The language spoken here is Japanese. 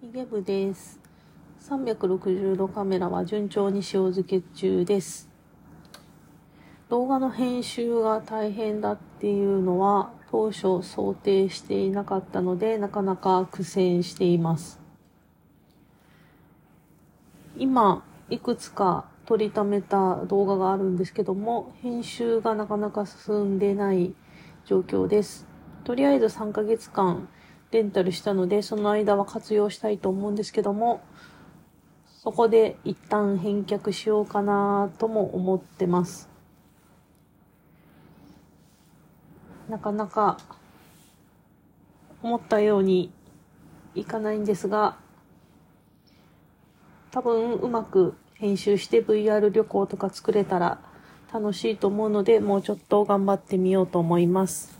ヒゲ部です。360度カメラは順調に塩漬け中です。動画の編集が大変だっていうのは当初想定していなかったので、なかなか苦戦しています。今、いくつか撮りためた動画があるんですけども、編集がなかなか進んでない状況です。とりあえず3ヶ月間レンタルしたので、その間は活用したいと思うんですけども、そこで一旦返却しようかなとも思ってます。なかなか思ったようにいかないんですが、多分うまく編集して VR 旅行とか作れたら楽しいと思うので、もうちょっと頑張ってみようと思います。